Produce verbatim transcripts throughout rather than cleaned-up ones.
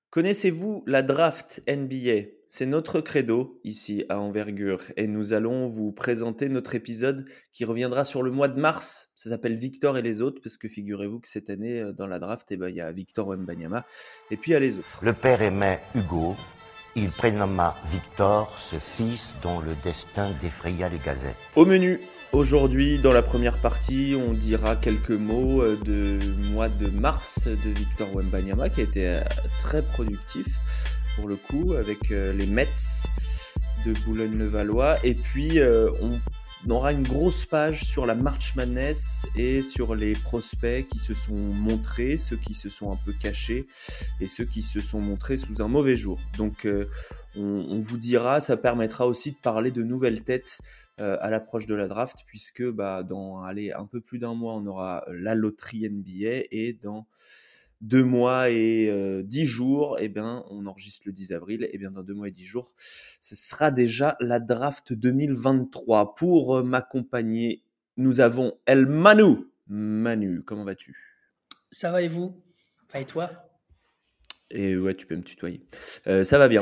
Connaissez-vous la draft N B A? C'est notre credo ici à Envergure et nous allons vous présenter notre épisode qui reviendra sur le mois de mars. Ça s'appelle Victor et les autres parce que figurez-vous que cette année euh, dans la draft, eh ben, il y a Victor Wembanyama et puis il y a les autres. Le père aimait Hugo. Il prénomma Victor, ce fils dont le destin défraya les gazettes. Au menu, aujourd'hui, dans la première partie, on dira quelques mots euh, de mois de mars de Victor Wembanyama qui a été euh, très productif pour le coup avec euh, les Mets de Boulogne-le-Valois. Et puis, euh, on aura une grosse page sur la March Madness et sur les prospects qui se sont montrés, ceux qui se sont un peu cachés et ceux qui se sont montrés sous un mauvais jour. Donc, euh, on, on vous dira, ça permettra aussi de parler de nouvelles têtes euh, à l'approche de la draft, puisque bah, dans allez, un peu plus d'un mois, on aura la loterie N B A et dans deux mois et euh, dix jours, eh bien, on enregistre le dix avril, et bien dans deux mois et dix jours, ce sera déjà la draft deux mille vingt-trois. Pour euh, m'accompagner, nous avons El Manu. Manu, comment vas-tu? Ça va et vous? Enfin, et toi? Et ouais, tu peux me tutoyer. Euh, ça va bien.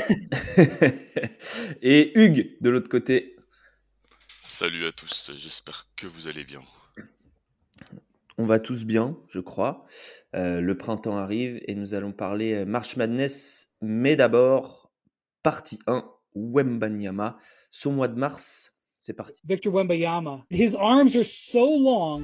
Et Hugues, de l'autre côté. Salut à tous, j'espère que vous allez bien. On va tous bien, je crois. Euh, le printemps arrive et nous allons parler euh, March Madness. Mais d'abord, partie un, Wembanyama. Son mois de mars, c'est parti. Victor Wembanyama. His arms are so long.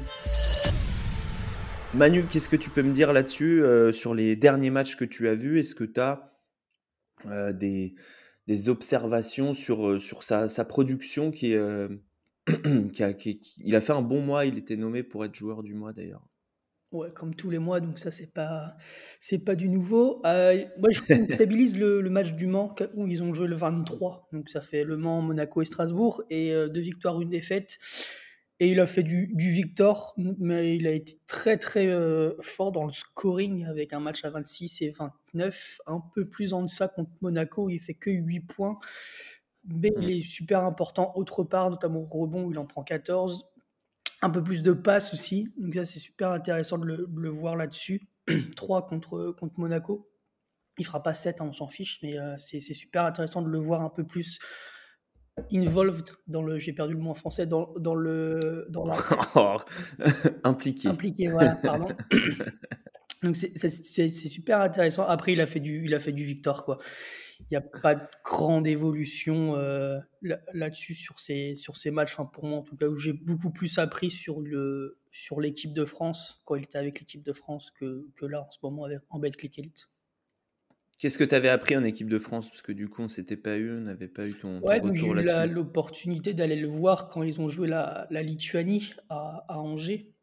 Manu, qu'est-ce que tu peux me dire là-dessus, euh, sur les derniers matchs que tu as vus? Est-ce que tu as euh, des, des observations sur, euh, sur sa, sa production qui, est, euh, qui, a, qui- qui- il a fait un bon mois, il était nommé pour être joueur du mois d'ailleurs. Ouais, comme tous les mois, donc ça, c'est pas, c'est pas du nouveau. Euh, moi, je comptabilise le, le match du Mans que- où ils ont joué le vingt-trois. Donc, ça fait Le Mans, Monaco et Strasbourg. Et euh, deux victoires, une défaite. Et il a fait du, du victor, mais il a été très, très euh, fort dans le scoring avec un match à vingt-six et vingt-neuf. Un peu plus en deçà contre Monaco, où il fait que huit points. Mais il est super important autre part, notamment au rebond, où il en prend quatorze. Un peu plus de passes aussi. Donc ça, c'est super intéressant de le, de le voir là-dessus. trois contre, contre Monaco. Il fera pas sept, hein, on s'en fiche, mais euh, c'est, c'est super intéressant de le voir un peu plus involved dans le, j'ai perdu le mot en français, dans, dans le, dans la, Oh, impliqué. impliqué, voilà, pardon. Donc c'est, c'est, c'est, c'est super intéressant. Après, il a fait du, il a fait du Victor, quoi. Il n'y a pas de grande évolution euh, là- là-dessus sur ces, sur ces matchs. Enfin, pour moi, en tout cas, où j'ai beaucoup plus appris sur, le, sur l'équipe de France, quand il était avec l'équipe de France, que, que là, en ce moment, avec, en Betclic Elite. Qu'est-ce que tu avais appris en équipe de France? Parce que du coup, on s'était pas eu, on n'avait pas eu ton, ton Ouais, donc j'ai retour eu la- là-dessus. l'opportunité d'aller le voir quand ils ont joué la, la Lituanie à, à Angers.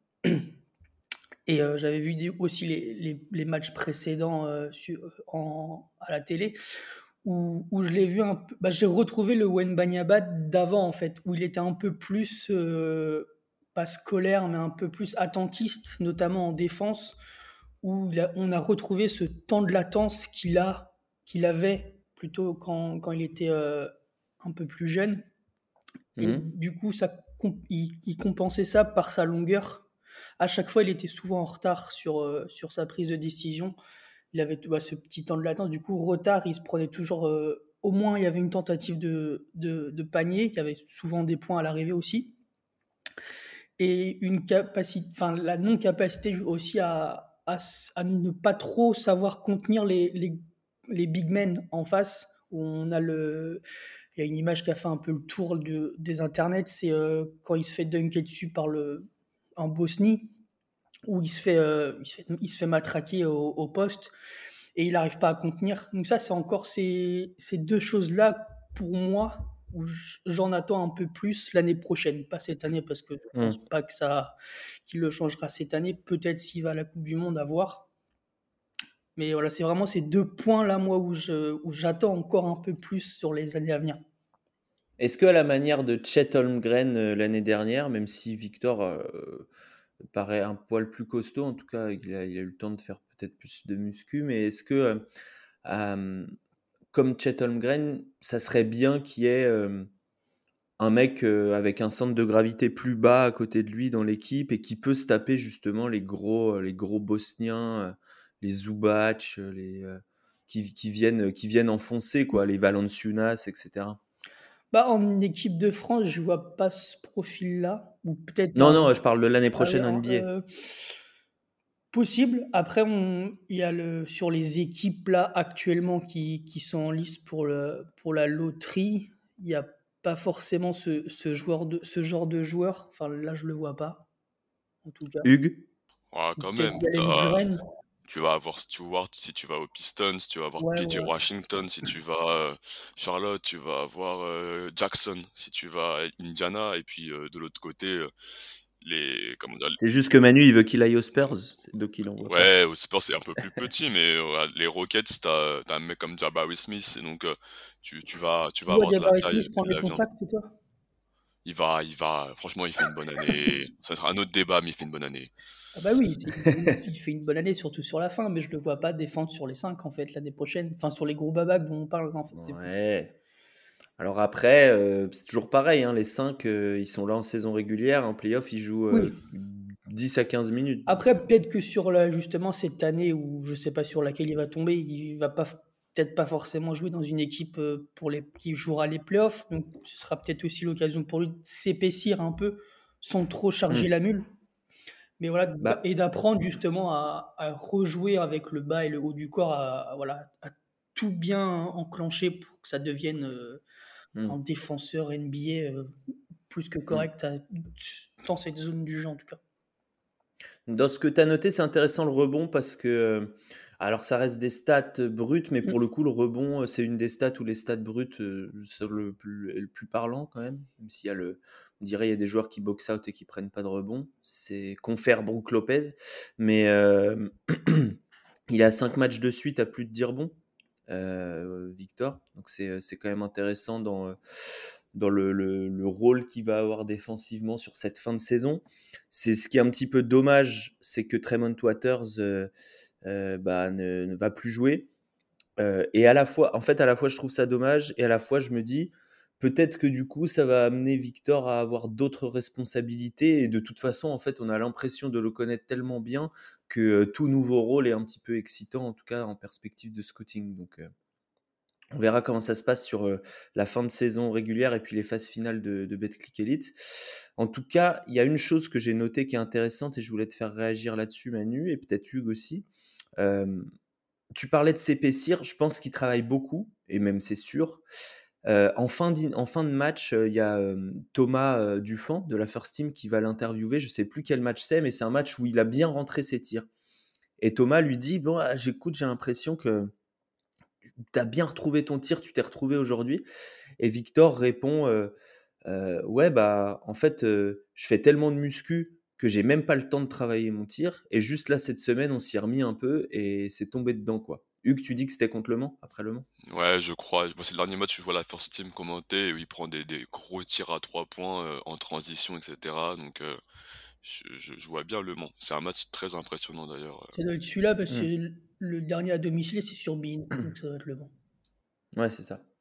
Et euh, j'avais vu des- aussi les, les, les matchs précédents euh, sur, en, à la télé, où, où je l'ai vu un peu. Bah, j'ai retrouvé le Wembanyama d'avant, en fait, où il était un peu plus, euh, pas scolaire, mais un peu plus attentiste, notamment en défense, où il a- on a retrouvé ce temps de latence qu'il a, qu'il avait plutôt quand, quand il était euh, un peu plus jeune. Et Mhm. du coup, ça, com- il, il compensait ça par sa longueur. À chaque fois, il était souvent en retard sur, euh, sur sa prise de décision. Il avait bah, ce petit temps de latence. Du coup, retard, il se prenait toujours. Euh, au moins, il y avait une tentative de, de, de panier. Il y avait souvent des points à l'arrivée aussi. Et une capacité, enfin, la non-capacité aussi à, à, s- à ne pas trop savoir contenir les, les, les big men en face. Où on a le, il y a une image qui a fait un peu le tour de, des internets, c'est euh, quand il se fait dunker dessus par le, en Bosnie, où il se fait, euh, il se fait, il se fait matraquer au, au poste et il n'arrive pas à contenir. Donc ça, c'est encore ces, ces deux choses-là, pour moi, où j'en attends un peu plus l'année prochaine. Pas cette année, parce que je ne Mhm. pense pas que ça, qu'il le changera cette année. Peut-être s'il va à la Coupe du Monde, à voir. Mais voilà, c'est vraiment ces deux points-là, moi, où, je, où j'attends encore un peu plus sur les années à venir. Est-ce que à la manière de Chet Holmgren euh, l'année dernière, même si Victor euh, paraît un poil plus costaud, en tout cas il a, il a eu le temps de faire peut-être plus de muscu, mais est-ce que euh, euh, comme Chet Holmgren, ça serait bien qu'il y ait euh, un mec euh, avec un centre de gravité plus bas à côté de lui dans l'équipe et qui peut se taper justement les gros, euh, les gros Bosniens, euh, les Zubac, euh, les, euh, qui, qui, viennent, qui viennent enfoncer, quoi, les Valanciunas, et cetera. Bah, en équipe de France, je vois pas ce profil-là. Ou peut-être Non, en. non, je parle de l'année Ah ouais, prochaine en en, N B A. euh, possible. Après, on, il y a le, sur les équipes là actuellement qui, qui sont en lice pour, le, pour la loterie, il n'y a pas forcément ce, ce, joueur de, ce genre de joueur. Enfin, là, je le vois pas, en tout cas. Hugues? Ouais, Ou quand peut-être même. Jalen T'as- Duren. Tu vas avoir Stewart si tu vas aux Pistons, tu vas avoir Ouais, P J ouais. Washington si tu vas euh, Charlotte, tu vas avoir euh, Jackson si tu vas à Indiana, et puis euh, de l'autre côté, euh, les comment dire, C'est juste que Manu, il veut qu'il aille aux Spurs, donc il l'envoie pas. ouais, au Spurs c'est un peu plus petit, mais euh, les Rockets, t'as t'as un mec comme Jabari Smith, et donc euh, tu, tu vas tu Tu vas vois avoir de la Jabari taille Smith et prendre de les la viande. contacts, toi? Il va, il va, franchement, il fait une bonne année. Ça sera un autre débat, mais il fait une bonne année. Ah bah oui, c'est- il fait, une, il fait une bonne année, surtout sur la fin, mais je le vois pas défendre sur les cinq en fait l'année prochaine. Enfin, sur les gros babaks dont on parle en fait. C'est plus. Ouais. Alors après, euh, c'est toujours pareil, hein, les cinq, euh, ils sont là en saison régulière, en playoff, ils jouent Oui. euh, dix à quinze minutes. Après, peut-être que sur la, justement cette année où je sais pas sur laquelle il va tomber, il va pas peut-être pas forcément jouer dans une équipe euh, pour les qui jouera les playoffs. Donc ce sera peut-être aussi l'occasion pour lui de s'épaissir un peu sans trop charger Hmm. la mule. Mais voilà, d- Bah, et d'apprendre justement à, à rejouer avec le bas et le haut du corps, à, à- voilà, à tout bien enclencher pour que ça devienne euh, hmm, un défenseur N B A euh, plus que hmm. correct à- dans cette zone du jeu en tout cas. Dans ce que tu as noté, c'est intéressant le rebond parce que, euh, alors ça reste des stats euh, brutes, mais pour le coup, le rebond, euh, c'est une des stats où les stats brutes euh, sont le plus, est le plus parlant quand même. Même s'il y a le, on dirait il y a des joueurs qui box out et qui prennent pas de rebond. C'est confère Brook Lopez, mais euh, il a cinq matchs de suite à plus de dix rebonds, euh, Victor. Donc c'est c'est quand même intéressant dans euh, dans le, le, le rôle qu'il va avoir défensivement sur cette fin de saison. C'est ce qui est un petit peu dommage, c'est que Tremont Waters euh, euh, bah, ne, ne va plus jouer. Euh, et à la fois, en fait, à la fois, je trouve ça dommage, et à la fois, je me dis, peut-être que du coup, ça va amener Victor à avoir d'autres responsabilités. Et de toute façon, en fait, on a l'impression de le connaître tellement bien que euh, tout nouveau rôle est un petit peu excitant, en tout cas en perspective de scouting. Donc, euh, on verra comment ça se passe sur euh, la fin de saison régulière et puis les phases finales de, de Betclic Elite. En tout cas, il y a une chose que j'ai notée qui est intéressante et je voulais te faire réagir là-dessus, Manu, et peut-être Hugues aussi. Euh, tu parlais de s'épaissir, je pense qu'il travaille beaucoup, et même c'est sûr. Euh, en, fin en fin de match, euh, il y a euh, Thomas euh, Dufan de la First Team qui va l'interviewer. Je ne sais plus quel match c'est, mais c'est un match où il a bien rentré ses tirs. Et Thomas lui dit, bon, ah, j'écoute, j'ai l'impression que tu as bien retrouvé ton tir, tu t'es retrouvé aujourd'hui. Et Victor répond, euh, euh, ouais, bah, en fait, euh, je fais tellement de muscu que j'ai même pas le temps de travailler mon tir. Et juste là, cette semaine, on s'y est remis un peu et c'est tombé dedans, quoi. Hugues, tu dis que c'était contre Le Mans, après Le Mans? Ouais, je crois. Moi, c'est le dernier match où je vois la First Team commenter, où il prend des, des gros tirs à trois points euh, en transition, et cetera. Donc, euh, je, je, je vois bien Le Mans. C'est un match très impressionnant d'ailleurs. Ça doit être celui-là parce Hmm. que le dernier à domicile c'est sur Bein, donc ça doit être le bon. Ouais, c'est ça.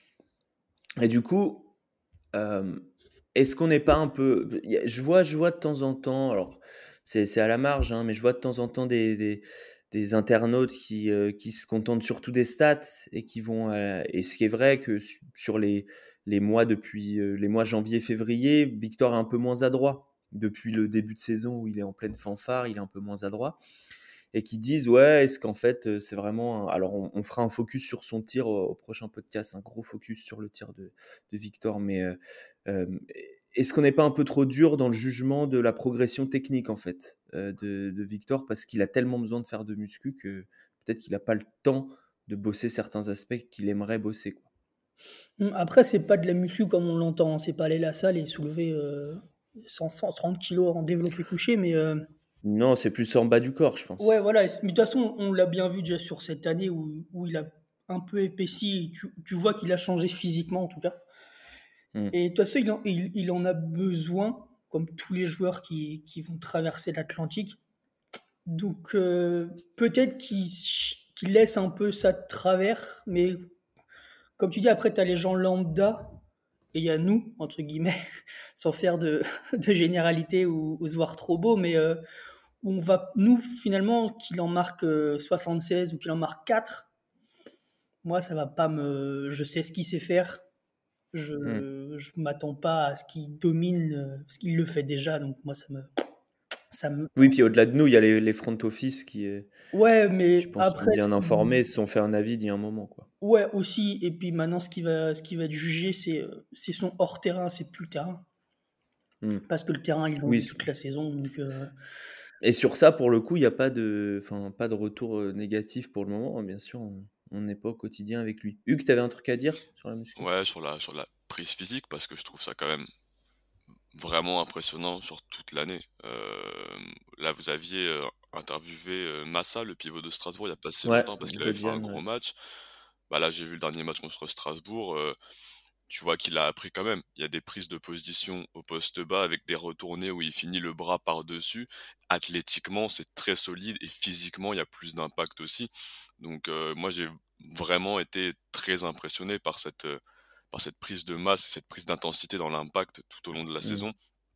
Et du coup, euh, est-ce qu'on n'est pas un peu... y a- Je vois, je vois de temps en temps, alors c'est c'est à la marge, hein, mais je vois de temps en temps des, des, des internautes qui, euh, qui se contentent surtout des stats et qui vont... euh, et ce qui est vrai que su- sur les, les mois depuis euh, les mois janvier-février, Victor est un peu moins adroit. Depuis le début de saison où il est en pleine fanfare, il est un peu moins adroit. Et qui disent ouais, est-ce qu'en fait euh, c'est vraiment un- alors on, on fera un focus sur son tir au, au prochain podcast, un gros focus sur le tir de, de Victor, mais euh, euh, est-ce qu'on n'est pas un peu trop dur dans le jugement de la progression technique en fait euh, de, de Victor parce qu'il a tellement besoin de faire de muscu que peut-être qu'il n'a pas le temps de bosser certains aspects qu'il aimerait bosser, quoi. Hum, Après, c'est pas de la muscu comme on l'entend, hein. C'est pas aller à la salle et soulever euh, cent, cent trente kilos en développé couché, mais euh, Non, c'est plus en bas du corps, je ouais, pense. voilà. et c- Mais de toute façon, on l'a bien vu déjà sur cette année où, où il a un peu épaissi. Et tu, tu vois qu'il a changé physiquement en tout cas. Hmm. Et de toute façon, il en, il, il en a besoin, comme tous les joueurs qui, qui vont traverser l'Atlantique. Donc euh, peut-être qu'il qu'il laisse un peu ça de travers, mais comme tu dis, après, tu as les gens lambda et il y a nous, entre guillemets, sans faire de, de généralité ou, ou se voir trop beau, mais euh, où on va, nous, finalement, qu'il en marque euh, soixante-seize ou qu'il en marque quatre, moi, ça va pas me. Je sais ce qu'il sait faire. Je Hmm. je m'attends pas à ce qu'il domine, euh, ce qu'il le fait déjà. Donc moi, ça me ça me. Oui, puis au-delà de nous, il y a les, les front office qui, euh, Ouais, je mais pense, sont après, ce bien qui. informés, se sont fait un avis d'il y a un moment, quoi. Ouais, aussi. Et puis maintenant, ce qui va ce qui va être jugé, c'est euh, c'est son hors terrain, c'est plus le terrain, Hmm. parce que le terrain, ils l'ont Oui. vu toute la saison. Donc euh, Et sur ça, pour le coup, il n'y a pas de, enfin, pas de retour euh, négatif pour le moment. Bien sûr, on on n'est pas au quotidien avec lui. Hugues, tu avais un truc à dire sur la muscu? Ouais, sur la, sur la prise physique, parce que je trouve ça quand même vraiment impressionnant sur toute l'année. Euh, là, vous aviez euh, interviewé euh, Massa, le pivot de Strasbourg, il y a pas si Ouais, longtemps, parce qu'il avait fait un Godian, gros ouais. match. Bah là, j'ai vu le dernier match contre Strasbourg. Euh, tu vois qu'il a appris quand même. Il y a des prises de position au poste bas avec des retournées où il finit le bras par-dessus. Athlétiquement, c'est très solide et physiquement, il y a plus d'impact aussi. Donc, euh, moi, j'ai vraiment été très impressionné par cette, euh, par cette prise de masse, cette prise d'intensité dans l'impact tout au long de la Mm. saison.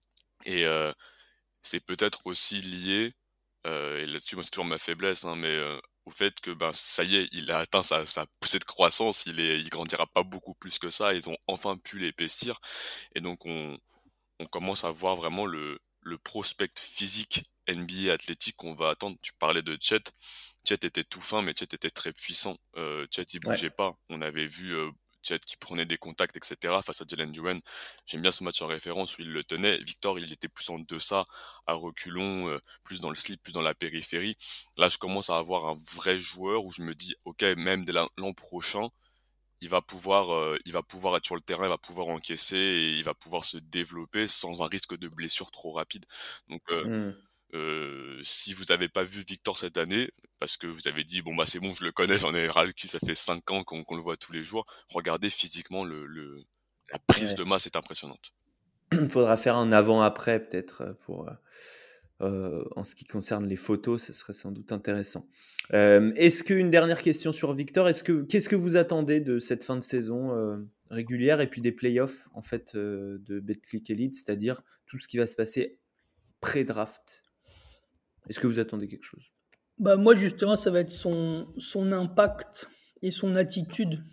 Et euh, c'est peut-être aussi lié, euh, et là-dessus, moi, c'est toujours ma faiblesse, hein, mais euh, au fait que ben ça y est, il a atteint sa, sa poussée de croissance, il est, il grandira pas beaucoup plus que ça. Ils ont enfin pu l'épaissir, et donc on, on commence à voir vraiment le, le prospect physique N B A athlétique qu'on va attendre. Tu parlais de Chet. Chet était tout fin, mais Chet était très puissant. Euh, Chet, il Ouais. bougeait pas. On avait vu euh, Chet qui prenait des contacts, et cetera face à Jalen Duren. J'aime bien ce match en référence où il le tenait. Victor, il était plus en deçà, à reculons, euh, plus dans le slip, plus dans la périphérie. Là, je commence à avoir un vrai joueur où je me dis, ok, même dès la- l'an prochain, il va pouvoir, euh, il va pouvoir être sur le terrain, il va pouvoir encaisser et il va pouvoir se développer sans un risque de blessure trop rapide. Donc, euh, Mm. euh, si vous n'avez pas vu Victor cette année, parce que vous avez dit bon bah c'est bon, je le connais, j'en ai ras le cul, ça fait cinq ans qu'on qu'on le voit tous les jours. Regardez physiquement le, le la prise Ouais. de masse est impressionnante. Faudra faire un avant-après peut-être euh, pour euh, euh, en ce qui concerne les photos, ce serait sans doute intéressant. Euh, est-ce qu'une dernière question sur Victor, est-ce que qu'est-ce que vous attendez de cette fin de saison euh, régulière et puis des playoffs en fait euh, de Betclic Elite, c'est-à-dire tout ce qui va se passer pré-draft? Est-ce que vous attendez quelque chose? Bah moi justement, ça va être son, son impact et son attitude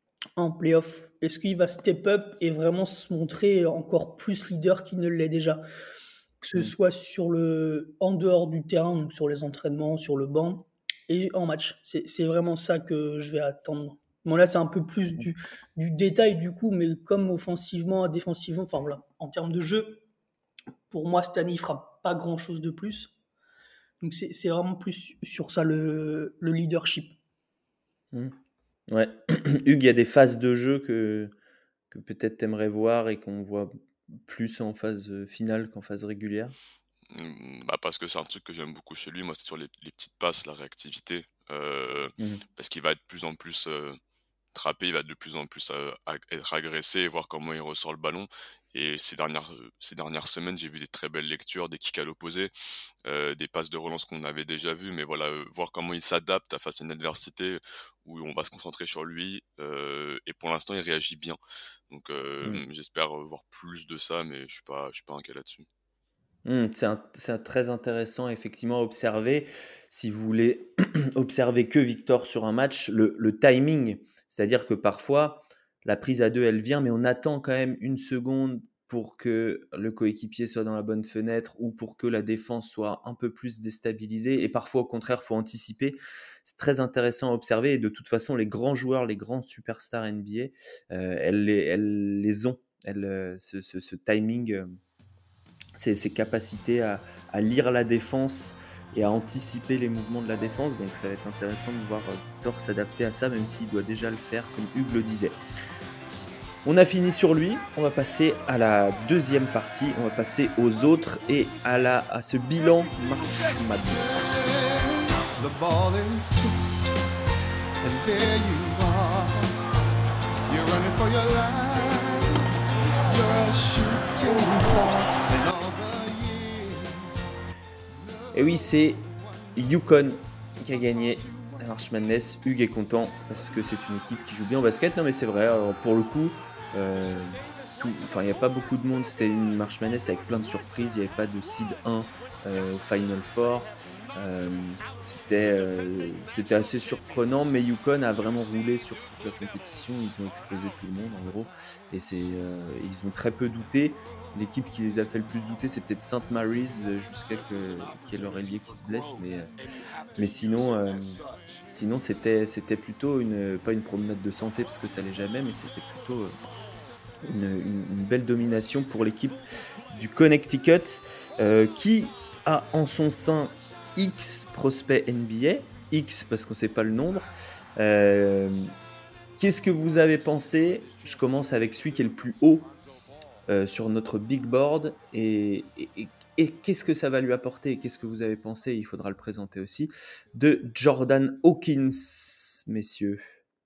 en playoff. Est-ce qu'il va step up et vraiment se montrer encore plus leader qu'il ne l'est déjà, que ce Mm. soit sur le, en dehors du terrain, donc sur les entraînements, sur le banc et en match. C'est, c'est vraiment ça que je vais attendre. Bon là, c'est un peu plus du, du détail du coup, mais comme offensivement, défensivement, enfin voilà, en termes de jeu, pour moi, cette année, il fera pas grand-chose de plus. Donc c'est, c'est vraiment plus sur ça le, le leadership. Mm. Ouais. Hugues, il y a des phases de jeu que, que peut-être tu aimerais voir et qu'on voit plus en phase euh, finale qu'en phase régulière? Mm, Bah parce que c'est un truc que j'aime beaucoup chez lui, moi c'est sur les, les petites passes, la réactivité, euh, Mm. parce qu'il va être de plus en plus euh, trappé, il va de plus en plus euh, ag- être agressé et voir comment il ressort le ballon. Et ces dernières, euh, ces dernières semaines, j'ai vu des très belles lectures, des kicks à l'opposé, euh, des passes de relance qu'on avait déjà vues, mais voilà, euh, voir comment il s'adapte à face à une adversité où on va se concentrer sur lui. Euh, et pour l'instant, il réagit bien. Donc euh, Mm. j'espère euh, voir plus de ça, mais je suis pas, je suis pas inquiet là-dessus. Mm, c'est un- c'est un très intéressant effectivement à observer. Si vous voulez observer que Victor sur un match, le, le timing, c'est-à-dire que parfois la prise à deux elle vient, mais on attend quand même une seconde pour que le coéquipier soit dans la bonne fenêtre ou pour que la défense soit un peu plus déstabilisée. Et parfois au contraire, il faut anticiper. C'est très intéressant à observer. Et de toute façon, les grands joueurs, les grands superstars N B A, euh, elles, les, elles les ont, elles, euh, ce, ce- ce timing. euh, ses, ses capacités à, à lire la défense et à anticiper les mouvements de la défense. Donc ça va être intéressant de voir Victor s'adapter à ça, même s'il doit déjà le faire, comme Hugues le disait. On a fini sur lui, on va passer à la deuxième partie, on va passer aux autres et à, la, à ce bilan March Madness. The ball is tipped, and there you are. You're running for your life. You're a shooting star, and all the years. Et oui, c'est Yukon qui a gagné la March Madness. Hugues est content parce que c'est une équipe qui joue bien au basket. Non mais c'est vrai, alors, pour le coup, euh, tout- enfin il n'y a pas beaucoup de monde. C'était une March Madness avec plein de surprises. Il n'y avait pas de seed un euh, Final Four. Euh, c'était, euh, c'était assez surprenant, mais Yukon a vraiment roulé sur toute la compétition. Ils ont explosé tout le monde en gros, et c'est, euh, ils ont très peu douté. L'équipe qui les a fait le plus douter, c'est peut-être Saint Mary's euh, jusqu'à que qu'il y ait leur ailier qui se blesse, mais euh, mais sinon, euh, sinon c'était c'était plutôt une pas une promenade de santé parce que ça l'est jamais, mais c'était plutôt euh, une, une- une belle domination pour l'équipe du Connecticut, euh, qui a en son sein X prospects N B A, X parce qu'on ne sait pas le nombre. Euh, Qu'est-ce que vous avez pensé? Je commence avec celui qui est le plus haut euh, sur notre big board, et, et- et- et qu'est-ce que ça va lui apporter? Qu'est-ce que vous avez pensé? Il faudra le présenter aussi, de Jordan Hawkins, messieurs.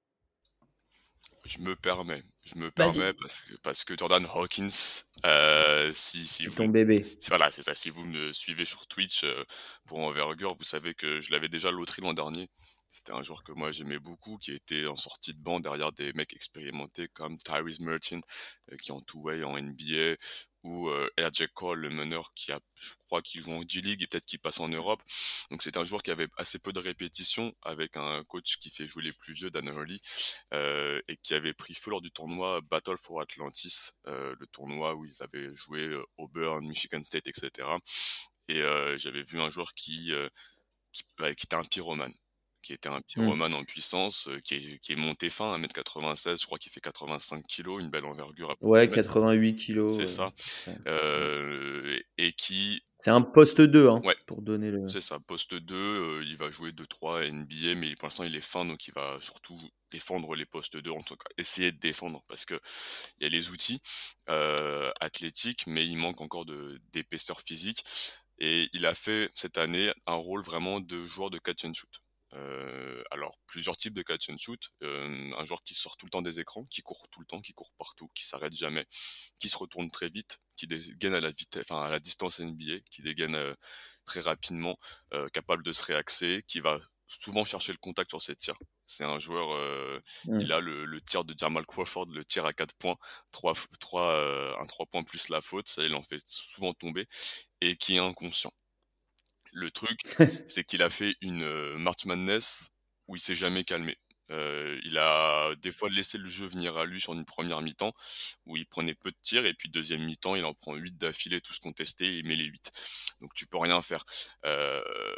Je me permets, je me Vas-y. permets parce que parce que Jordan Hawkins, euh, si si C'est vous ton bébé. si- voilà, c'est ça. Si vous me suivez sur Twitch euh, pour Envergure, vous savez que je l'avais déjà loterie l'an dernier. C'était un joueur que moi j'aimais beaucoup, qui était en sortie de banc derrière des mecs expérimentés comme Tyrese Merton, euh, qui est en two-way en N B A, ou euh, R J Cole, le meneur, qui a, je crois, qui joue en G-League et peut-être qui passe en Europe. Donc c'est un joueur qui avait assez peu de répétitions, avec un coach qui fait jouer les plus vieux, Dan Hurley, euh, et qui avait pris feu lors du tournoi Battle for Atlantis, euh, le tournoi où ils avaient joué euh, Auburn, Michigan State, et cetera. Et euh, j'avais vu un joueur qui, euh, qui, ouais, qui était un pyromane, qui était un Hmm. pyromane en puissance, euh, qui, est, qui est monté fin, un mètre quatre-vingt-seize, je crois qu'il fait quatre-vingt-cinq kilos, une belle envergure à Ouais, deux mètres, quatre-vingt-huit kilos. c'est euh, ça. c'est ça. Euh, et qui, C'est un poste deux, hein, ouais, pour donner le. c'est ça, poste deux, euh, il va jouer deux trois N B A, mais pour l'instant il est fin, donc il va surtout défendre les postes deux, en tout cas essayer de défendre, parce que il y a les outils euh, athlétiques, mais il manque encore de d'épaisseur physique. Et il a fait cette année un rôle vraiment de joueur de catch and shoot. Euh, alors plusieurs types de catch and shoot, euh, un joueur qui sort tout le temps des écrans, qui court tout le temps, qui court partout, qui s'arrête jamais, qui se retourne très vite, qui dégaine à la vitesse, enfin à la distance N B A, qui dégaine euh, très rapidement, euh, capable de se réaxer, qui va souvent chercher le contact sur ses tirs. C'est un joueur, euh, Hmm. il a le, le tir de Jamal Crawford, le tir à quatre points, trois, trois, euh, un trois points plus la faute, ça il en fait souvent tomber, et qui est inconscient. Le truc, c'est qu'il a fait une euh, March Madness où il s'est jamais calmé. Euh, il a des fois laissé le jeu venir à lui sur une première mi-temps où il prenait peu de tirs, et puis deuxième mi-temps il en prend huit d'affilée, tous contestés, et il met les huit. Donc tu peux rien faire. Euh,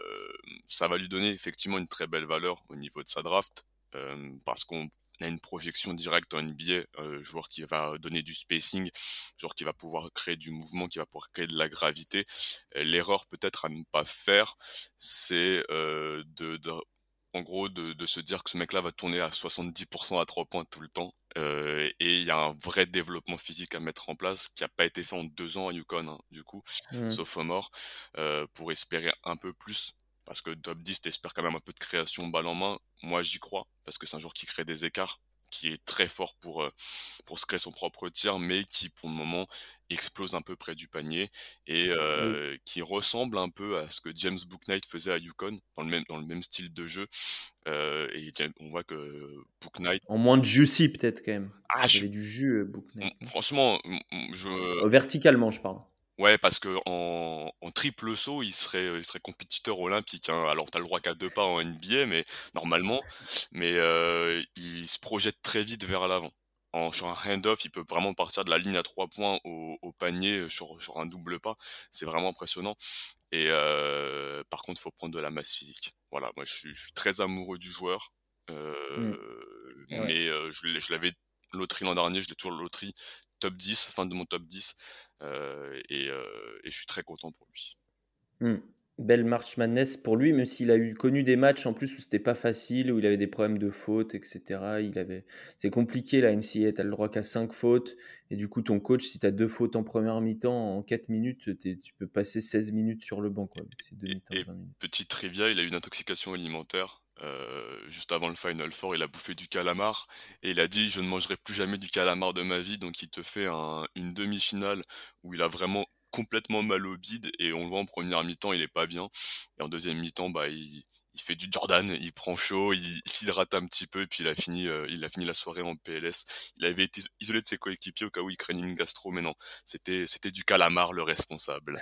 ça va lui donner effectivement une très belle valeur au niveau de sa draft, euh, parce qu'on a une projection directe en N B A, euh, joueur qui va donner du spacing, joueur qui va pouvoir créer du mouvement, qui va pouvoir créer de la gravité. Euh, L'erreur peut-être à ne pas faire, c'est euh, de, de en gros de, de se dire que ce mec-là va tourner à soixante-dix pour cent à trois points tout le temps. Euh, et il y a un vrai développement physique à mettre en place qui n'a pas été fait en deux ans à Yukon, hein, du coup, Hmm. sophomore, euh, pour espérer un peu plus. Parce que top dix, t'espères quand même un peu de création balle en main. Moi, j'y crois, parce que c'est un joueur qui crée des écarts, qui est très fort pour, euh, pour se créer son propre tir, mais qui, pour le moment, explose un peu près du panier, et euh, Oui. qui ressemble un peu à ce que James Bouknight faisait à Yukon, dans le même, dans le même style de jeu. Euh, et James- on voit que Bouknight... En moins de juicy, peut-être, quand même. Ah, Il je, avait du jus, euh, Bouknight, m- non? franchement, m- m- je... Euh, verticalement, je parle. Ouais, parce que en, en triple saut, il serait, il serait compétiteur olympique, hein. Alors, t'as le droit qu'à deux pas en N B A, mais normalement, mais euh, il se projette très vite vers l'avant. En, sur un hand-off, il peut vraiment partir de la ligne à trois points au, au panier sur, sur un double pas. C'est vraiment impressionnant. Et euh, par contre, il faut prendre de la masse physique. Voilà, moi, je suis, je suis très amoureux du joueur, Hmm. euh, Ouais. mais euh, je, l'ai- je l'avais loterie l'an dernier, je l'ai toujours loterie top dix, fin de mon top dix. Euh, et, euh, et je suis très content pour lui. Hmm. Belle March Madness pour lui, même s'il a eu connu des matchs en plus où c'était pas facile, où il avait des problèmes de fautes, et cetera. Il avait... C'est compliqué la N C A A, tu as le droit qu'à cinq fautes, et du coup ton coach, si tu as deux fautes en première mi-temps, en quatre minutes, t'es- tu peux passer seize minutes sur le banc, quoi, vu que c'est deux Et, mi-temps de et vingt minutes. petite trivia, il a eu une intoxication alimentaire. Euh, juste avant le Final Four, il a bouffé du calamar, et il a dit je ne mangerai plus jamais du calamar de ma vie. Donc il te fait un, une demi-finale où il a vraiment complètement mal au bide, et on le voit en première mi-temps, il est pas bien, et en deuxième mi-temps, bah il, il fait du Jordan, il prend chaud, il, il s'hydrate un petit peu, et puis il a fini, euh, il a fini la soirée en P L S. Il avait été isolé de ses coéquipiers au cas où il craignait une gastro, mais non, c'était c'était du calamar le responsable.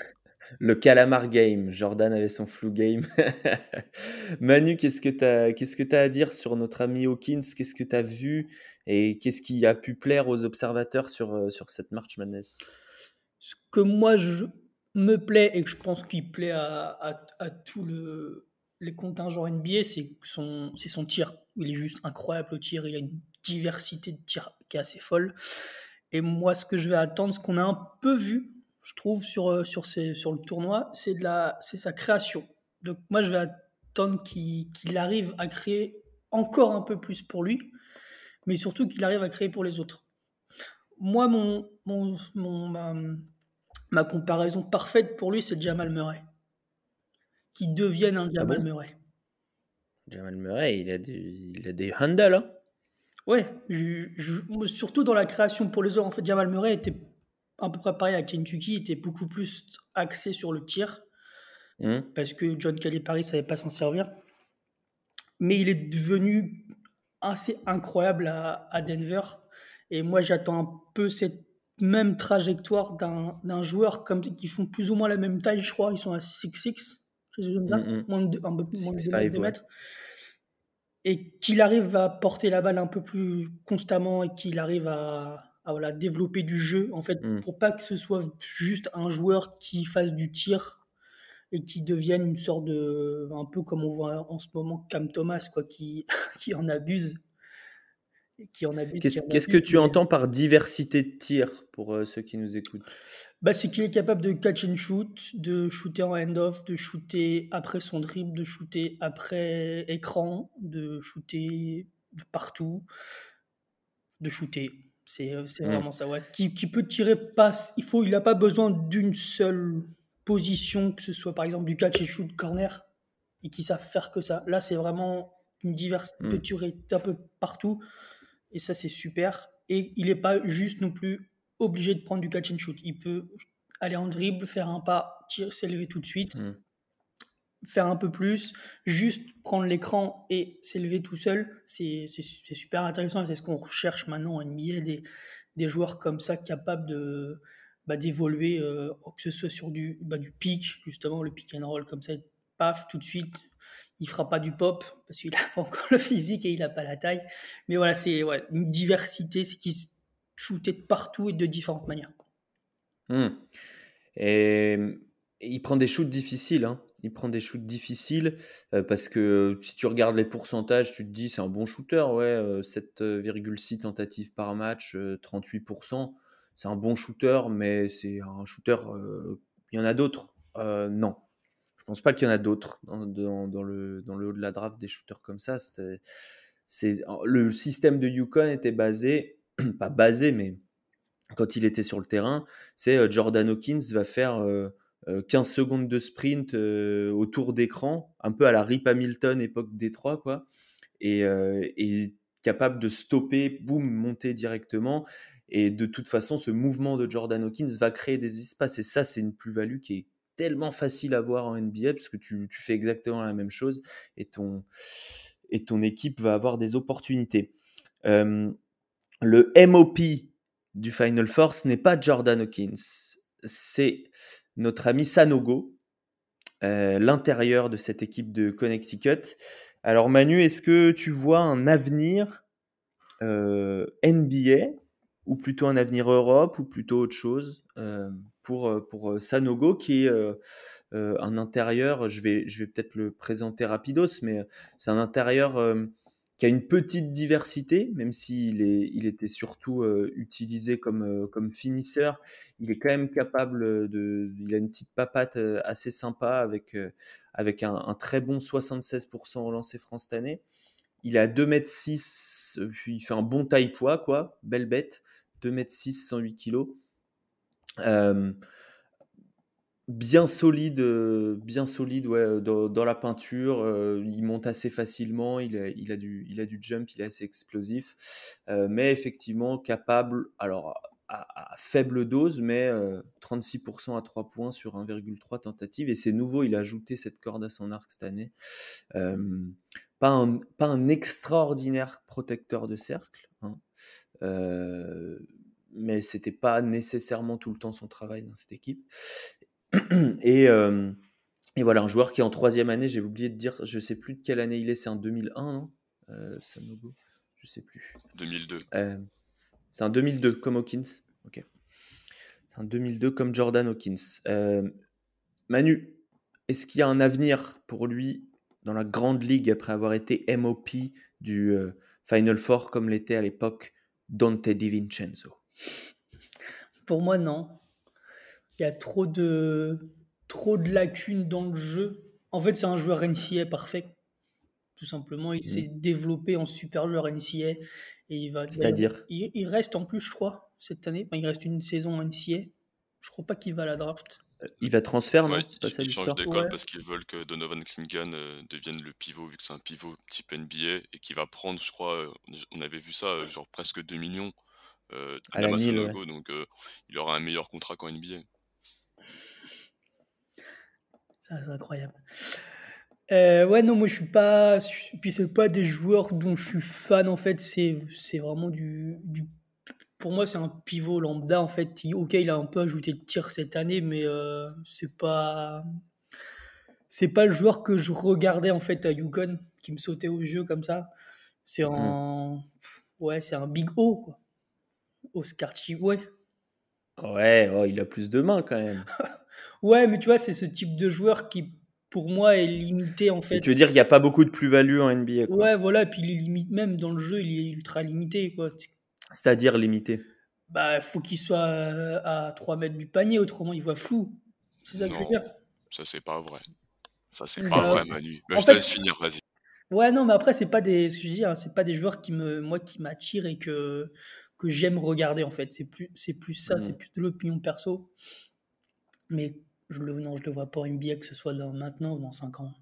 Le calamar game. Jordan avait son flu game. Manu, qu'est-ce que tu as qu'est-ce que tu à dire sur notre ami Hawkins? Qu'est-ce que tu as vu et qu'est-ce qui a pu plaire aux observateurs sur, euh, sur cette March Madness? Ce que moi je me plaît et que je pense qu'il plaît à, à, à tous le, les contingents N B A, c'est son, c'est son tir. Il est juste incroyable au tir, il a une diversité de tirs qui est assez folle. Et moi, ce que je vais attendre, ce qu'on a un peu vu, je trouve, sur, euh, sur, ces, sur le tournoi, c'est, de la, c'est sa création. Donc moi, je vais attendre qu'il, qu'il arrive à créer encore un peu plus pour lui, mais surtout qu'il arrive à créer pour les autres. Moi, mon, mon, mon, ma, ma comparaison parfaite pour lui, c'est Jamal Murray. Qui devienne un Ah Jamal bon? Murray. Jamal Murray, il a des, il a des handles, hein? Ouais, je- je- surtout dans la création pour les autres. En fait, Jamal Murray était à peu près pareil à Kentucky, était beaucoup plus axé sur le tir, Hmm. parce que John Calipari ne savait pas s'en servir. Mais il est devenu assez incroyable à, à Denver. Et moi, j'attends un peu cette même trajectoire d'un, d'un joueur comme, qui font plus ou moins la même taille, je crois. Ils sont à six six, quelque chose comme ça, Hmm, hmm. moins de, deux- un peu moins de six deux mètres, five, deux ouais. mètres. Et qu'il arrive à porter la balle un peu plus constamment et qu'il arrive à, à, voilà, développer du jeu, en fait, Hmm. pour pas que ce soit juste un joueur qui fasse du tir et qui devienne une sorte de, un peu comme on voit en ce moment Cam Thomas, quoi, qui, qui en abuse, qui en abuse, qui Qu'est-ce, en qu'est-ce que abuse. tu Mais entends par diversité de tir pour euh, ceux qui nous écoutent? bah, c'est qu'il est capable de catch and shoot, de shooter en hand-off, de shooter après son dribble, de shooter après écran, de shooter de partout, de shooter. C'est euh, c'est Hmm. vraiment ça, ouais. Qui, qui peut tirer passe. Il faut, il n'a pas besoin d'une seule position, que ce soit par exemple du catch and shoot corner, et qui savent faire que ça. Là, c'est vraiment une diversité. Il peut Hmm. tirer un peu partout, et ça, c'est super. Et il n'est pas juste non plus obligé de prendre du catch and shoot. Il peut aller en dribble, faire un pas, tirer, s'élever tout de suite, Hmm. faire un peu plus, juste prendre l'écran et s'élever tout seul, c'est c'est- c'est super intéressant et c'est ce qu'on recherche maintenant en N B A, des, des joueurs comme ça capables de bah, d'évoluer, euh, que ce soit sur du, bah, du pick, justement, le pick and roll comme ça, paf, tout de suite, il fera pas du pop parce qu'il n'a pas encore le physique et il n'a pas la taille. Mais voilà, c'est ouais, une diversité, c'est qu'il shootait de partout et de différentes manières. Hmm. Et, et il prend des shoots difficiles, hein. Il prend des shoots difficiles euh, parce que si tu regardes les pourcentages, tu te dis c'est un bon shooter, ouais, euh, sept virgule six tentatives par match, euh, trente-huit pour cent. C'est un bon shooter, mais c'est un shooter. euh, Il y en a d'autres. Euh, non, je pense pas qu'il y en a d'autres dans, dans- dans le, dans le haut de la draft des shooters comme ça. C'était- c'est, le système de UConn était basé, pas basé, mais quand il était sur le terrain, c'est euh, Jordan Hawkins va faire euh, euh, quinze secondes de sprint euh, autour d'écran, un peu à la Rip Hamilton époque Détroit, quoi, et, euh, et capable de stopper, boum, monter directement. Et de toute façon, ce mouvement de Jordan Hawkins va créer des espaces. Et ça, c'est une plus-value qui est tellement facile à voir en N B A parce que tu, tu fais exactement la même chose et ton, et ton équipe va avoir des opportunités. Euh, le M O P du Final Four, ce n'est pas Jordan Hawkins, c'est notre ami Sanogo, euh, l'intérieur de cette équipe de Connecticut. Alors Manu, est-ce que tu vois un avenir euh, N B A ou plutôt un avenir Europe ou plutôt autre chose euh, pour, pour Sanogo qui est euh, euh, un intérieur, je vais, je vais peut-être le présenter rapidos, mais c'est un intérieur euh, qui a une petite diversité, même s'il est, il était surtout euh, utilisé comme, euh, comme finisseur. Il est quand même capable de. Il a une petite papate euh, assez sympa avec, euh, avec un, un très bon soixante-seize pour cent au lancer franc cette année. Il a deux mètres six, puis il fait un bon taille-poids, quoi. Belle bête. deux mètres six, cent huit kilos. Euh, Bien solide, euh, bien solide ouais, dans, dans la peinture. euh, il monte assez facilement. Il a, il a, du, il a du jump, il est assez explosif. euh, mais effectivement, capable, alors à, à faible dose, mais euh, trente-six pour cent à trois points sur un virgule trois tentatives. Et c'est nouveau, il a ajouté cette corde à son arc cette année. Euh, pas, un, pas un extraordinaire protecteur de cercle, hein, euh, mais c'était pas nécessairement tout le temps son travail dans cette équipe. Et, euh, et voilà, un joueur qui est en troisième année, j'ai oublié de dire, je sais plus de quelle année il est, c'est un deux mille un, non euh, Sanogo, je sais plus. deux mille deux. Euh, c'est un deux mille deux, comme Hawkins. Ok. C'est un deux mille deux comme Jordan Hawkins. Euh, Manu, est-ce qu'il y a un avenir pour lui dans la grande ligue après avoir été M O P du euh, Final Four comme l'était à l'époque Dante DiVincenzo? Pour moi, non. Il y a trop de, trop de lacunes dans le jeu. En fait, c'est un joueur N C A A parfait. Tout simplement, il s'est Mm. développé en super joueur N C A A et il va. C'est-à-dire il, il reste en plus, je crois, cette année. Enfin, il reste une saison N C A A. Je crois pas qu'il va à la draft. euh, il va transfert, non? Ouais, C'est pas ils, ça ils changent l'histoire? d'école Ouais. parce qu'ils veulent que Donovan Clingan euh, devienne le pivot, vu que c'est un pivot type N B A, et qui va prendre, je crois, euh, on avait vu ça, euh, genre presque deux millions euh, à À la Nil, ouais. Damasanogo, donc euh, il aura un meilleur contrat qu'en N B A. Ça, c'est incroyable. Euh, ouais, non, moi je suis pas. Puis c'est pas des joueurs dont je suis fan en fait. C'est, c'est vraiment du, du. Pour moi, c'est un pivot lambda en fait. Il- ok, il a un peu ajouté de tir cette année, mais euh, c'est pas. C'est pas le joueur que je regardais en fait à Yukon, qui me sautait au jeu comme ça. C'est Mm. un. Ouais, c'est un big O, quoi. Oscar Chi. Ouais. Ouais, oh, il a plus de mains quand même. Ouais, mais tu vois, c'est ce type de joueur qui, pour moi, est limité en Mais fait. tu veux dire qu'il n'y a pas beaucoup de plus-value en N B A, quoi. Ouais, voilà, et puis il est limite même dans le jeu, il est ultra limité, quoi. C'est-à-dire limité. Bah, faut qu'il soit euh, à trois mètres du panier, autrement il voit flou. C'est ça que je veux Non, dire. ça c'est pas vrai. Ça c'est pas Bah, vrai, Manu. Mais en je te fait, laisse finir, vas-y. ouais, non, mais après, c'est pas des, ce que je dis, hein, c'est pas des joueurs qui me, moi, qui m'attirent et que, que j'aime regarder, en fait. C'est plus, c'est plus ça, Mm. c'est plus de l'opinion perso. Mais je le, non, je le vois pas en N B A, que ce soit dans, maintenant ou dans cinq ans.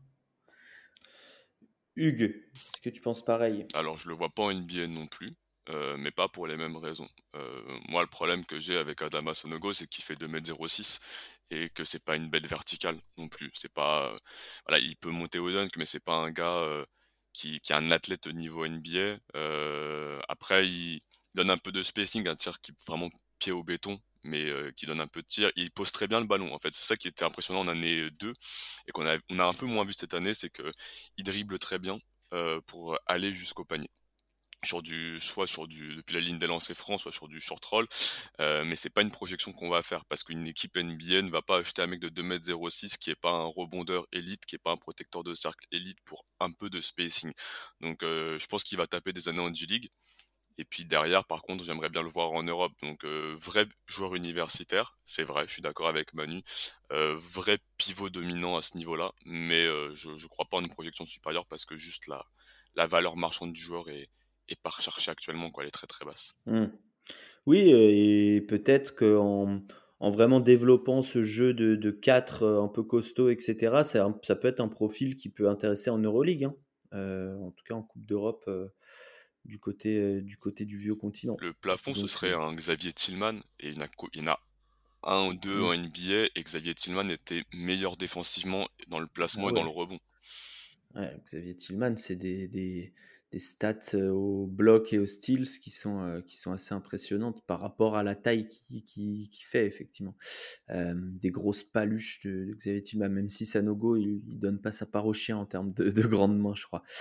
Hugues, est-ce que tu penses pareil? Alors, je le vois pas en N B A non plus, euh, mais pas pour les mêmes raisons. Euh, moi, le problème que j'ai avec Adama Sanogo, c'est qu'il fait deux mètres zéro six et que c'est pas une bête verticale non plus. C'est pas, euh, voilà, il peut monter au dunk, mais c'est pas un gars euh, qui, qui est un athlète au niveau N B A. Euh, après, il donne un peu de spacing, un tir qui est vraiment pied au béton, mais euh, qui donne un peu de tir. Il pose très bien le ballon. En fait, c'est ça qui était impressionnant en année deux et qu'on a, on a un peu moins vu cette année, c'est que il dribble très bien euh, pour aller jusqu'au panier. Sur du, soit sur du, depuis la ligne des lancers francs, soit sur du short roll, euh, mais c'est pas une projection qu'on va faire parce qu'une équipe N B A ne va pas acheter un mec de deux mètres zéro six qui est pas un rebondeur élite, qui est pas un protecteur de cercle élite pour un peu de spacing. Donc euh, je pense qu'il va taper des années en G-League. Et puis derrière, par contre, j'aimerais bien le voir en Europe. Donc euh, vrai joueur universitaire, c'est vrai, je suis d'accord avec Manu. Euh, vrai pivot dominant à ce niveau-là, mais euh, je je crois pas en une projection supérieure parce que juste la la valeur marchande du joueur est est pas recherchée actuellement, quoi. Elle est très très basse. Mm. Oui, euh, et peut-être qu'en en vraiment développant ce jeu de, de quatre euh, un peu costaud, et cetera, c'est un- ça peut être un profil qui peut intéresser en Euroleague, hein. Euh, en tout cas en Coupe d'Europe euh, du côté, euh, du côté du vieux continent. Le plafond, ce Donc, serait euh, un Xavier Tillman, et il y en a, co- il y en a un ou deux mm. en N B A, et Xavier Tillman était meilleur défensivement dans le placement Ah et dans le ouais. rebond. Ouais, Xavier Tillman, c'est des, des, des stats euh, au bloc et aux steals qui sont, euh, qui sont assez impressionnantes par rapport à la taille qu'il qui, qui fait, effectivement. Euh, des grosses paluches de, de Xavier Tillman, même si Sanogo, il, il donne pas sa part au chien en termes de, de grandes mains, je crois.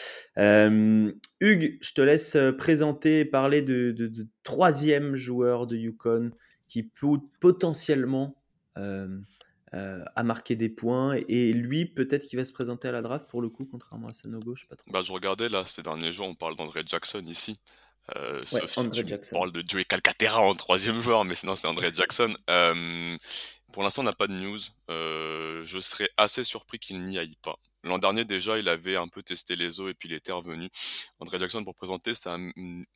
Euh, Hugues, je te laisse euh, présenter et parler de, de, de troisième joueur de Yukon qui peut potentiellement euh, euh, a marqué des points. Et lui, peut-être qu'il va se présenter à la draft pour le coup, contrairement à Sanogo, je sais pas trop. Bah, je regardais là, ces derniers jours, on parle d'André Jackson ici. Euh, Ouais, sauf si André tu me Jackson. parles de Joey Calcaterra en troisième joueur, mais sinon c'est André Jackson. Euh, pour l'instant, on n'a pas de news. Euh, je serais assez surpris qu'il n'y aille pas. L'an dernier déjà, il avait un peu testé les eaux et puis il était revenu. André Jackson, pour présenter, c'est un,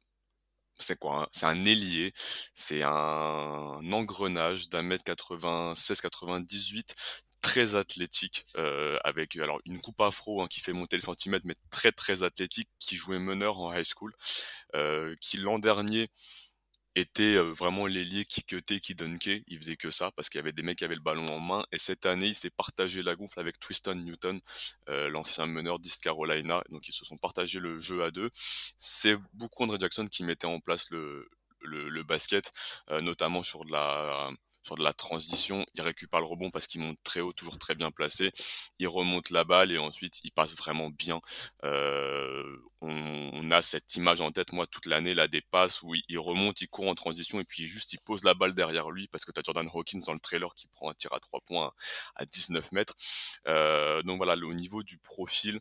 c'est quoi, hein? C'est un ailier, c'est un engrenage d'un mètre quatre-vingt-seize quatre-vingt-dix-huit, très athlétique, euh, avec alors une coupe afro hein, qui fait monter le centimètre, mais très très athlétique, qui jouait meneur en high school, euh, qui l'an dernier était euh, vraiment l'ailier qui cutait, qui dunkait, il faisait que ça parce qu'il y avait des mecs qui avaient le ballon en main et cette année il s'est partagé la gonfle avec Tristan Newton, euh, l'ancien meneur d'East Carolina, donc ils se sont partagé le jeu à deux. C'est beaucoup André Jackson qui mettait en place le le, le basket, euh, notamment sur de la sur de la transition, il récupère le rebond parce qu'il monte très haut, toujours très bien placé, il remonte la balle et ensuite il passe vraiment bien. Euh, on, on a cette image en tête, moi, toute l'année, là, des passes où il, il remonte, il court en transition et puis juste il pose la balle derrière lui parce que t'as Jordan Hawkins dans le trailer qui prend un tir à trois points à dix-neuf mètres. Euh, donc voilà, le- au niveau du profil,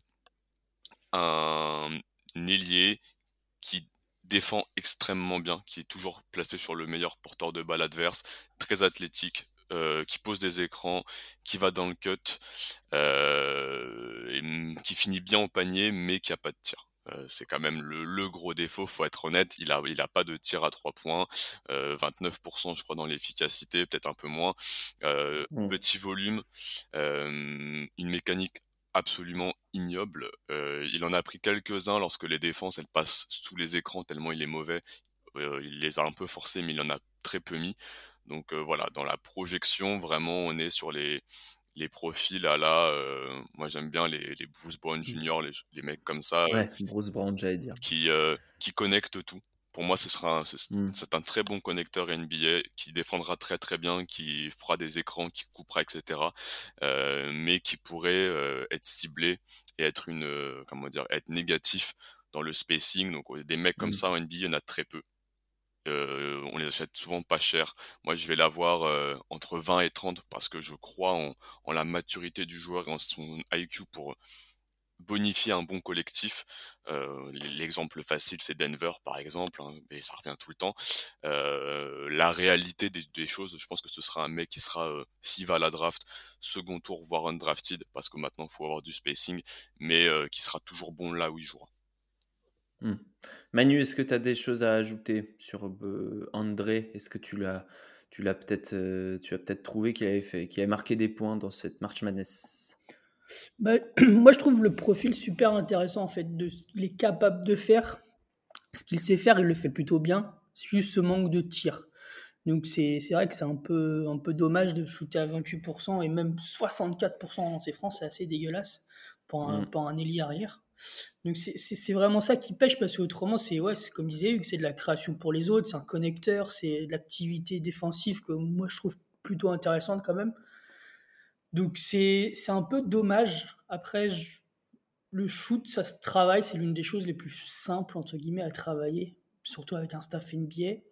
un ailier qui défend extrêmement bien, qui est toujours placé sur le meilleur porteur de balle adverse, très athlétique, euh, qui pose des écrans, qui va dans le cut, euh, et mm, qui finit bien au panier, mais qui a pas de tir. Euh, c'est quand même le, le gros défaut, faut être honnête. Il a, il a pas de tir à trois points, euh, vingt-neuf pour cent je crois dans l'efficacité, peut-être un peu moins. Euh, Mm. petit volume, euh, une mécanique absolument ignoble. Euh, il en a pris quelques-uns lorsque les défenses elles passent sous les écrans tellement il est mauvais. Euh, il les a un peu forcés, mais il en a très peu mis. Donc euh, voilà, dans la projection, vraiment, on est sur les les profils à la. Euh, moi, j'aime bien les les Bruce Brown Mm. junior, les les mecs comme ça euh, Ouais, Bruce Brown, j'allais dire. qui euh, qui connectent tout. Pour moi, ce sera un, c'est Mm. c'est un très bon connecteur N B A qui défendra très très bien, qui fera des écrans, qui coupera, et cetera. Euh, mais qui pourrait euh, être ciblé et être une, euh, comment dire, être négatif dans le spacing. Donc euh, des mecs comme Mm. ça en N B A, il y en a très peu. Euh, on les achète souvent pas cher. Moi, je vais l'avoir euh, entre vingt et trente parce que je crois en, en la maturité du joueur et en son I Q pour bonifier un bon collectif. Euh, l'exemple facile, c'est Denver, par exemple, hein, et ça revient tout le temps. Euh, la réalité des, des choses, je pense que ce sera un mec qui sera, euh, s'il va à la draft, second tour, voire undrafted, parce que maintenant, il faut avoir du spacing, mais euh, qui sera toujours bon là où il jouera. Mm. Manu, est-ce que tu as des choses à ajouter sur euh, André? Est-ce que tu l'as, tu l'as peut-être, euh, tu as peut-être trouvé qu'il avait fait, qu'il avait marqué des points dans cette March Madness? Bah, moi, je trouve le profil super intéressant, en fait, de ce qu'il est capable de faire. Ce qu'il sait faire, il le fait plutôt bien. C'est juste ce manque de tir. Donc, c'est c'est vrai que c'est un peu, un peu dommage de shooter à vingt-huit pour cent et même soixante-quatre pour cent en lancers francs, c'est assez dégueulasse pour un, Mm. pour un ailier arrière. Donc, c'est c'est- c'est vraiment ça qui pêche parce qu'autrement, c'est, ouais, c'est comme disait Hugues, c'est de la création pour les autres, c'est un connecteur, c'est de l'activité défensive que moi, je trouve plutôt intéressante quand même. Donc, c'est c'est un peu dommage. Après, je- le shoot, ça se travaille, c'est l'une des choses les plus simples, entre guillemets, à travailler, surtout avec un staff N B A.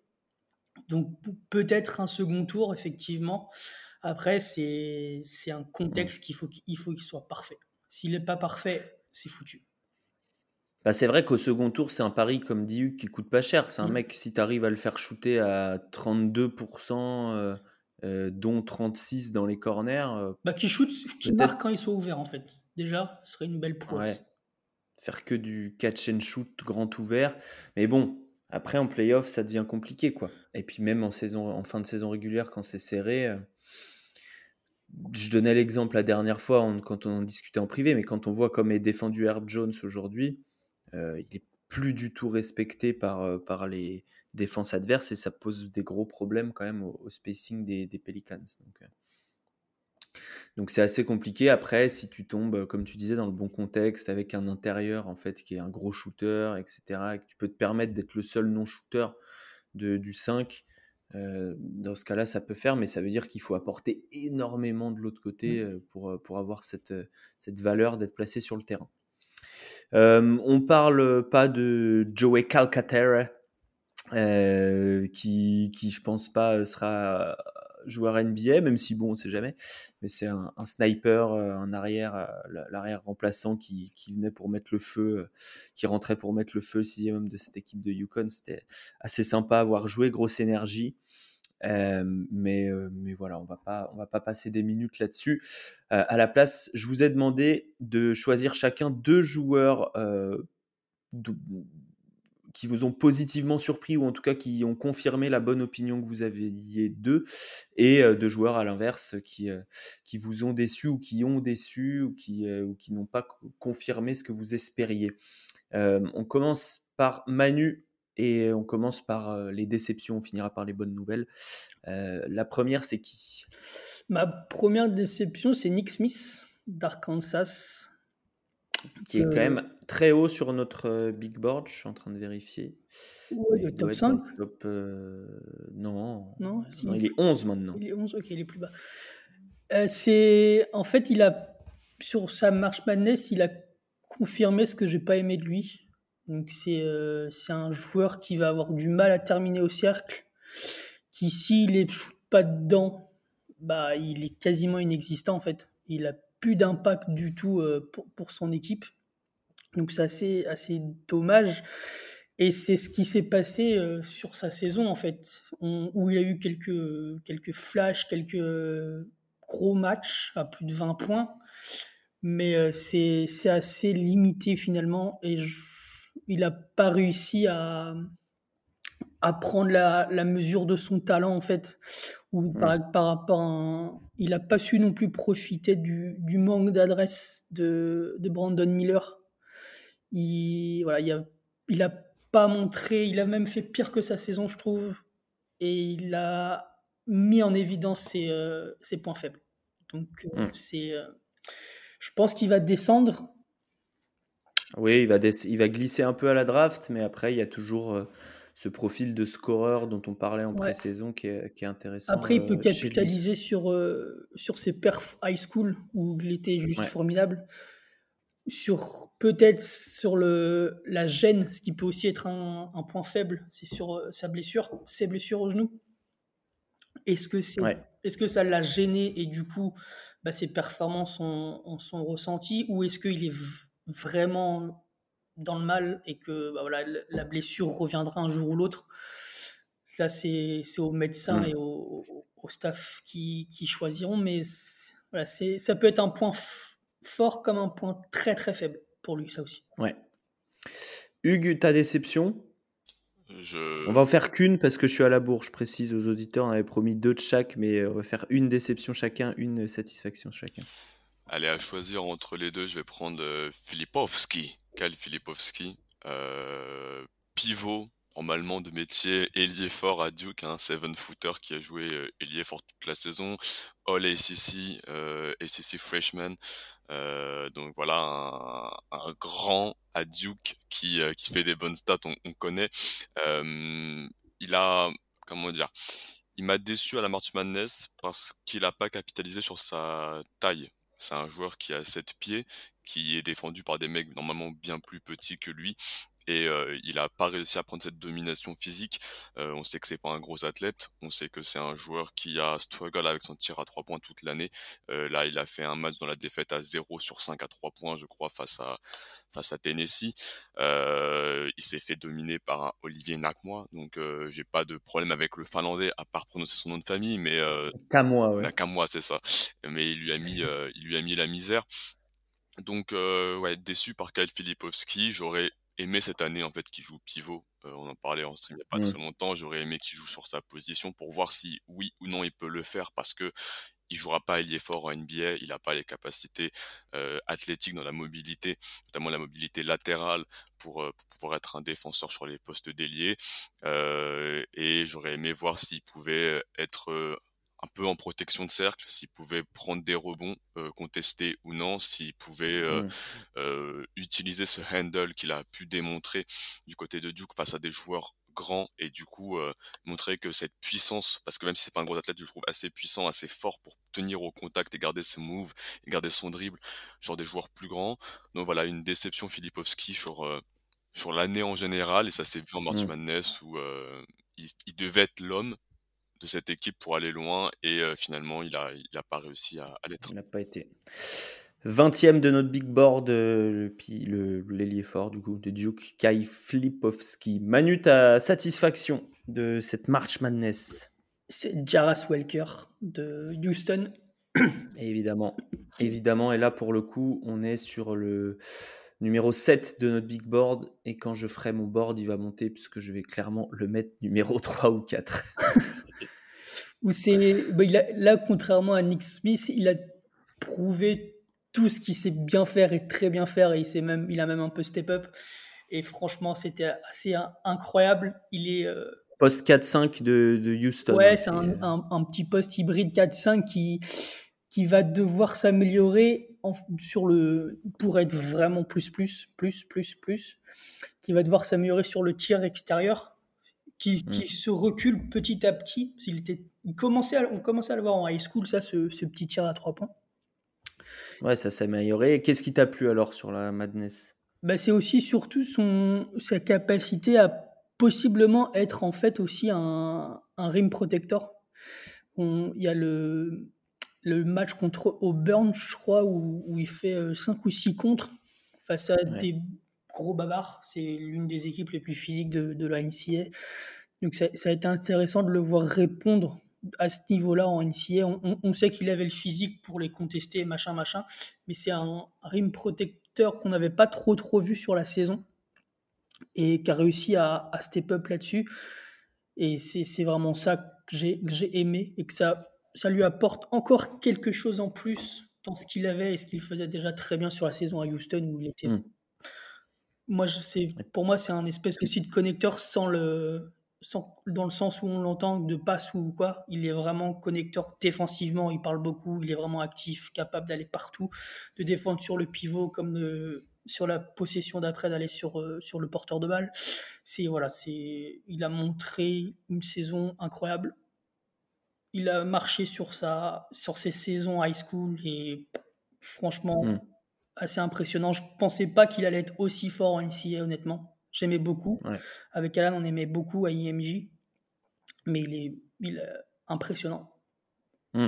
Donc p- peut-être un second tour, effectivement. Après, c'est c'est un Mm. contexte qu'il faut qu'il faut qu'il soit parfait. S'il n'est pas parfait, c'est foutu. Bah, c'est vrai qu'au second tour, c'est un pari, comme dit Hugues, qui coûte pas cher. C'est un Mm. mec, si tu arrives à le faire shooter à trente-deux pour cent, euh, euh, dont trente-six dans les corners, euh, Bah, qui shoot, qui marque peut-être, quand ils sont ouverts, en fait. Déjà, ce serait une belle ouais, prouesse. faire que du catch and shoot grand ouvert. Mais bon, après en playoff, ça devient compliqué, quoi. Et puis même en saison, en fin de saison régulière, quand c'est serré, euh, je donnais l'exemple la dernière fois on- quand on en discutait en privé, mais quand on voit comme est défendu Herb Jones aujourd'hui, euh, il est plus du tout respecté par, euh, par les défenses adverses et ça pose des gros problèmes quand même au, au spacing des, des Pelicans. Donc, euh, donc c'est assez compliqué. Après, si tu tombes, euh, comme tu disais, dans le bon contexte, avec un intérieur en fait qui est un gros shooter, et cetera, et que tu peux te permettre d'être le seul non-shooter de, du cinq, euh, dans ce cas-là, ça peut faire, mais ça veut dire qu'il faut apporter énormément de l'autre côté Mm. euh, pour, euh, pour avoir cette, euh, cette valeur d'être placé sur le terrain. Euh, on parle pas de Joey Calcaterra, euh, qui, qui, je pense pas, sera joueur N B A, même si bon, on sait jamais. Mais c'est un, un sniper, euh, un arrière, euh, l'arrière remplaçant qui, qui venait pour mettre le feu, euh, qui rentrait pour mettre le feu, le sixième homme de cette équipe de UConn. C'était assez sympa à avoir joué, grosse énergie. Euh, mais, euh, mais voilà, on va pas, on va pas passer des minutes là-dessus. Euh, à la place, je vous ai demandé de choisir chacun deux joueurs euh, de- qui vous ont positivement surpris ou en tout cas qui ont confirmé la bonne opinion que vous aviez d'eux, et euh, de joueurs à l'inverse qui, euh, qui vous ont déçu ou qui ont déçu ou qui, euh, ou qui n'ont pas co- confirmé ce que vous espériez. Euh, on commence par Manu et on commence par euh, les déceptions, on finira par les bonnes nouvelles. Euh, la première, c'est qui? Ma première déception, c'est Nick Smith d'Arkansas. Qui est quand Euh, même très haut sur notre euh, big board, je suis en train de vérifier. Ouais, Il le doit top être dans cinq, le top. euh, Non, non? non, Si, il est onze maintenant. il est onze, ok, il est plus bas. Euh, c'est, en fait, il a, sur sa March Madness, il a confirmé ce que j'ai pas aimé de lui. Donc, c'est euh, c'est un joueur qui va avoir du mal à terminer au cercle, qui, s'il ne shoot pas dedans, bah, il est quasiment inexistant, en fait. Il a plus d'impact du tout euh, pour, pour son équipe. Donc, c'est assez, assez dommage. Et c'est ce qui s'est passé euh, sur sa saison, en fait, on- où il a eu quelques, quelques flashs, quelques euh, gros matchs à plus de vingt points. Mais euh, c'est c'est assez limité finalement. Et je- il n'a pas réussi à, à prendre la, la mesure de son talent, en fait. Ou par, Mm. par rapport à un- il n'a pas su non plus profiter du, du manque d'adresse de, de Brandon Miller. Il, voilà, il a, il a pas montré, il a même fait pire que sa saison, je trouve, et il a mis en évidence ses, euh, ses points faibles. Donc, euh, Mm. c'est, euh, je pense qu'il va descendre. Oui, il va, des- il va glisser un peu à la draft, mais après, il y a toujours euh, ce profil de scoreur dont on parlait en Ouais. pré-saison qui est, qui est intéressant Après, il peut euh, chez lui. capitaliser sur, euh, sur ses perfs high school, où il était juste Ouais. formidable. Sur peut-être sur le, la gêne, ce qui peut aussi être un, un point faible, c'est sur euh, sa blessure, ses blessures au genou. Est-ce que, c'est, Ouais. est-ce que ça l'a gêné et du coup, bah, ses performances ont, ont- sont ressenties, ou est-ce qu'il est v- vraiment dans le mal et que bah, voilà, l- la blessure reviendra un jour ou l'autre? Ça, c'est, c'est aux médecins Mm. et au, au- au staff qui, qui choisiront, mais c'est- voilà, c'est, ça peut être un point f- fort comme un point très très faible pour lui, ça aussi. Ouais. Hugues, ta déception? Je, On va en faire qu'une parce que je suis à la bourre, je précise aux auditeurs, on avait promis deux de chaque, mais euh, on va faire une déception chacun, une satisfaction chacun. Allez, à choisir entre les deux, je vais prendre euh, Filipovski, Kyle Filipovski, euh, pivot en allemand de métier, ailier fort à Duke, un seven-footer qui a joué euh, ailier fort toute la saison, All A C C, euh, A C C freshman, euh, donc voilà un, un grand à Duke qui euh, qui fait des bonnes stats, on, on connaît. Euh, il a, comment dire, il m'a déçu à la March Madness parce qu'il a pas capitalisé sur sa taille. C'est un joueur qui a sept pieds, qui est défendu par des mecs normalement bien plus petits que lui. Et euh, il a pas réussi à prendre cette domination physique. Euh, on sait que c'est pas un gros athlète. On sait que c'est un joueur qui a struggle avec son tir à trois points toute l'année. Euh, là, il a fait un match dans la défaite à zéro sur cinq à trois points, je crois, face à face à Tennessee. Euh, il s'est fait dominer par un Olivier Nacmois. Donc, euh, j'ai pas de problème avec le Finlandais à part prononcer son nom de famille, mais euh, Qu'à moi, ouais. Nacmois, c'est ça. Mais il lui a mis, euh, il lui a mis la misère. Donc, euh, ouais, déçu par Kyle Filipovski. J'aurais aimé cette année, en fait, qu'il joue pivot. Euh, on en parlait en stream il y a pas Mm. très longtemps. J'aurais aimé qu'il joue sur sa position pour voir si, oui ou non, il peut le faire parce que il jouera pas ailier fort en N B A. Il a pas les capacités euh, athlétiques dans la mobilité, notamment la mobilité latérale pour, euh, pour pouvoir être un défenseur sur les postes d'ailier. Euh, et j'aurais aimé voir s'il pouvait être euh, un peu en protection de cercle, s'il pouvait prendre des rebonds, euh, contestés ou non, s'il pouvait euh, Mm. euh, utiliser ce handle qu'il a pu démontrer du côté de Duke face à des joueurs grands et du coup euh, montrer que cette puissance, parce que même si c'est pas un gros athlète, je le trouve assez puissant, assez fort pour tenir au contact et garder ses moves, et garder son dribble, genre des joueurs plus grands. Donc voilà, une déception Filipovski sur euh, sur l'année en général, et ça s'est vu en March Mm. Madness où euh, il, il devait être l'homme de cette équipe pour aller loin et euh, finalement il a il a pas réussi à, à l'être. Il n'a pas été. vingtième de notre big board, euh, le pi- le- l'ailier fort du coup, de Duke, Kyle Filipovski. Manu, ta satisfaction de cette March Madness? C'est Jaras Welker de Houston. Évidemment, évidemment. Et là, pour le coup, on est sur le numéro sept de notre big board. Et quand je ferai mon board, il va monter puisque je vais clairement le mettre numéro trois ou quatre. Où c'est, bah, il a, là, contrairement à Nick Smith, il a prouvé tout ce qu'il sait bien faire et très bien faire, et il, sait même, il a même un peu step up. Et franchement, c'était assez hein, incroyable. Il est, euh, Poste quatre cinq de, de Houston. ouais, hein, c'est qui un, est- un, un petit poste hybride quatre cinq qui, qui va devoir s'améliorer en- sur le, pour être vraiment plus, plus, plus, plus, plus, qui va devoir s'améliorer sur le tir extérieur, qui, Mm. qui se recule petit à petit. Il était, il commençait à- on commençait à le voir en high school, ça, ce, ce petit tir à trois points. Ouais, ça s'est amélioré. Et qu'est-ce qui t'a plu alors sur la Madness? Bah, c'est aussi surtout son, sa capacité à possiblement être en fait aussi un, un rim protector. On- Il y a le, le match contre Auburn, je crois, où, où il fait cinq ou six contres face à Ouais. des gros bavards. C'est l'une des équipes les plus physiques de, de la N C A A. Donc ça, ça a été intéressant de le voir répondre à ce niveau-là en N C A A. On, on- on sait qu'il avait le physique pour les contester, machin, machin, mais c'est un rim protecteur qu'on n'avait pas trop, trop vu sur la saison et qui a réussi à, à step up là-dessus. Et c'est, c'est vraiment ça que j'ai, que j'ai aimé et que ça, ça lui apporte encore quelque chose en plus dans ce qu'il avait et ce qu'il faisait déjà très bien sur la saison à Houston où il était. Mm. Moi, je sais, pour moi, c'est un espèce aussi de connecteur sans le, sans, dans le sens où on l'entend de passe ou quoi. Il est vraiment connecteur défensivement. Il parle beaucoup. Il est vraiment actif, capable d'aller partout, de défendre sur le pivot comme de, sur la possession d'après d'aller sur, euh, sur le porteur de balle. C'est voilà, c'est, il a montré une saison incroyable. Il a marché sur sa, sur ses saisons high school et franchement Mm. assez impressionnant. Je pensais pas qu'il allait être aussi fort en N C A A, honnêtement. J'aimais beaucoup. Ouais. Avec Alan, on aimait beaucoup à I M J, mais il est, il est impressionnant. Mm.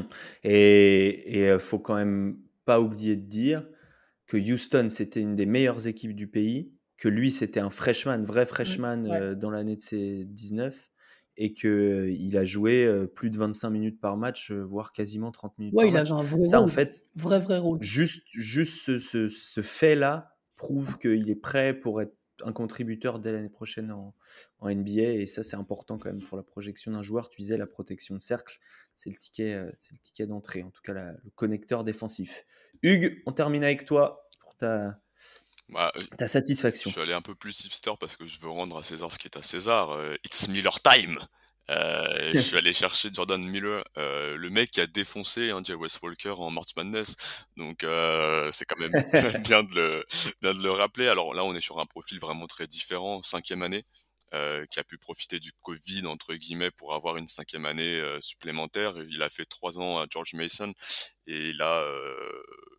Et il faut quand même pas oublier de dire que Houston, c'était une des meilleures équipes du pays, que lui, c'était un freshman, vrai freshman Mm, ouais. euh, dans l'année de ses dix-neuf, et qu'il a joué euh, plus de vingt-cinq minutes par match, euh, voire quasiment trente minutes Ouais, par il match. avait un vrai Ça, en rôle. fait, Vrai, vrai rôle. juste, juste ce, ce- ce fait-là prouve qu'il est prêt pour être un contributeur dès l'année prochaine en, en N B A, et ça, c'est important quand même pour la projection d'un joueur. Tu disais la protection de cercle, c'est le ticket, euh, c'est le ticket d'entrée, en tout cas la- le connecteur défensif. Hugues, on termine avec toi pour ta, Bah, ta je satisfaction. suis allé un peu plus hipster parce que je veux rendre à César ce qui est à César. Euh, it's Miller time. Euh, je suis allé chercher Jordan Miller, euh, le mec qui a défoncé hein, Jay West Walker en March Madness. Donc euh, c'est quand même bien de le bien de le rappeler. Alors là, on est sur un profil vraiment très différent, cinquième année, euh, qui a pu profiter du Covid entre guillemets pour avoir une cinquième année euh, supplémentaire. Il a fait trois ans à George Mason et il a euh,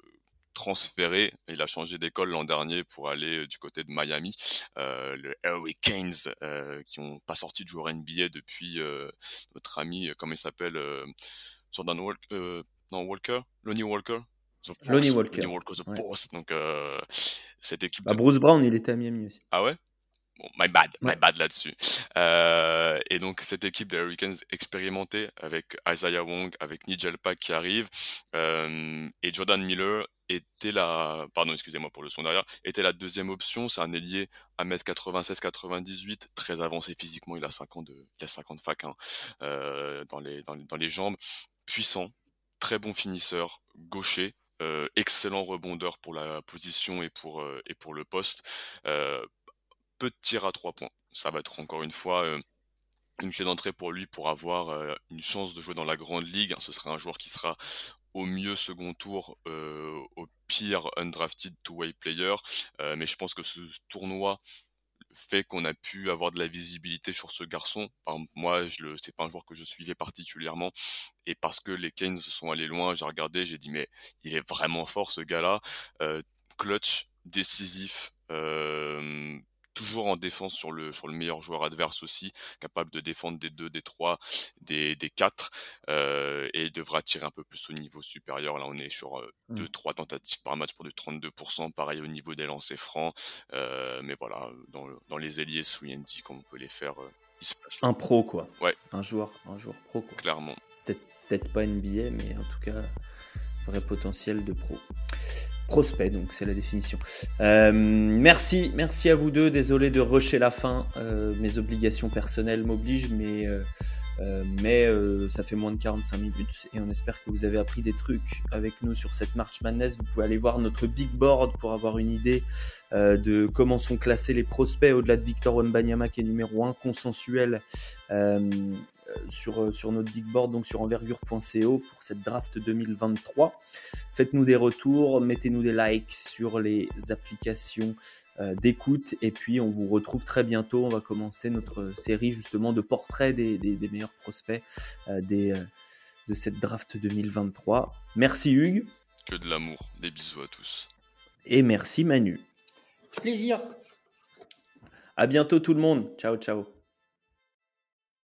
transféré, il a changé d'école l'an dernier pour aller euh, du côté de Miami, euh, le Hurricanes, euh, qui ont pas sorti de joueur N B A depuis euh, notre ami, euh, comment il s'appelle, euh, Jordan Walker, euh, non Walker, Lonnie Walker, The Force, Lonnie Walker. Lonnie Walker, The Ouais. Force. Donc euh, cette équipe Bah, de Bruce Brown, il était à Miami aussi. ah ouais. Bon, my bad, my Ouais. bad là-dessus. Euh, et donc cette équipe des Hurricanes expérimentée avec Isaiah Wong, avec Nigel Pack qui arrive, euh, et Jordan Miller était la, pardon, excusez-moi pour le son derrière, était la deuxième option. C'est un ailier un mètre quatre-vingt-seize quatre-vingt-dix-huit, très avancé physiquement. Il a cinq ans de, il a cinq ans de fac hein, euh, dans les dans les dans les jambes, puissant, très bon finisseur, gaucher. Euh, excellent rebondeur pour la position et pour euh, et pour le poste. Euh, peu de tirs à trois points. Ça va être encore une fois euh, une clé d'entrée pour lui pour avoir euh, une chance de jouer dans la grande ligue. Ce sera un joueur qui sera au mieux second tour, euh, au pire undrafted two-way player. Euh, mais je pense que ce tournoi fait qu'on a pu avoir de la visibilité sur ce garçon. Par exemple, moi, je le, c'est pas un joueur que je suivais particulièrement. Et parce que les Canes sont allés loin, j'ai regardé, j'ai dit, mais il est vraiment fort, ce gars-là. Euh, clutch, décisif, euh, toujours en défense sur le sur le meilleur joueur adverse aussi, capable de défendre des deux, des trois, des des quatre, euh, et il devra tirer un peu plus au niveau supérieur. Là, on est sur euh, Mm. deux trois tentatives par match pour du trente-deux pour cent, pareil au niveau des lancers francs. Euh, mais voilà, dans dans les ailiers sous N D comme on peut les faire, euh, il se place là. Un pro, quoi. Ouais. Un joueur, un joueur pro, quoi. Clairement. Peut-être, peut-être pas N B A, mais en tout cas, vrai potentiel de pro. Prospect, donc c'est la définition. Euh, merci, merci à vous deux. Désolé de rusher la fin. Euh, mes obligations personnelles m'obligent, mais, euh, euh, mais euh, ça fait moins de quarante-cinq minutes et on espère que vous avez appris des trucs avec nous sur cette March Madness. Vous pouvez aller voir notre big board pour avoir une idée euh, de comment sont classés les prospects au-delà de Victor Wembanyama qui est numéro un consensuel. Euh, sur, sur notre big board, donc sur envergure point co pour cette draft deux mille vingt-trois. Faites-nous des retours, mettez-nous des likes sur les applications euh, d'écoute et puis on vous retrouve très bientôt. On va commencer notre série justement de portraits des, des, des meilleurs prospects euh, des, euh, de cette draft deux mille vingt-trois. Merci Hugues. Que de l'amour, des bisous à tous. Et merci Manu. Plaisir. À bientôt tout le monde. Ciao, ciao.